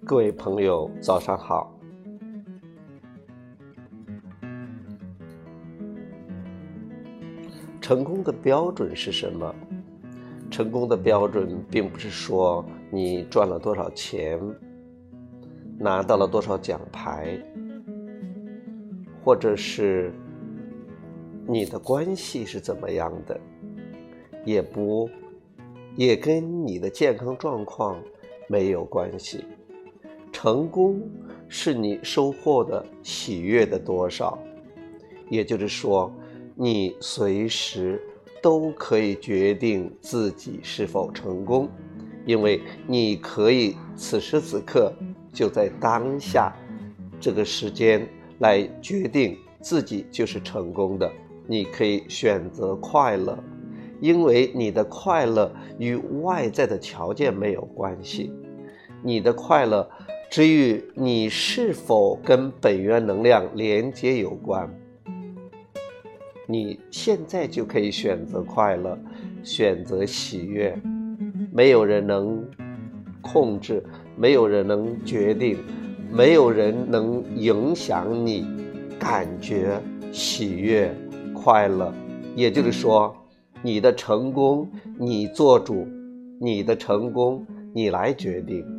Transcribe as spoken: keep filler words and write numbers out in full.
各位朋友，早上好。成功的标准是什么？成功的标准并不是说你赚了多少钱，拿到了多少奖牌，或者是你的关系是怎么样的，也不也跟你的健康状况没有关系。成功是你收获的喜悦的多少，也就是说你随时都可以决定自己是否成功，因为你可以此时此刻就在当下这个时间来决定自己就是成功的。你可以选择快乐，因为你的快乐与外在的条件没有关系，你的快乐只与你是否跟本源能量连接有关。你现在就可以选择快乐，选择喜悦，没有人能控制，没有人能决定，没有人能影响你感觉喜悦快乐。也就是说，你的成功你做主，你的成功你来决定。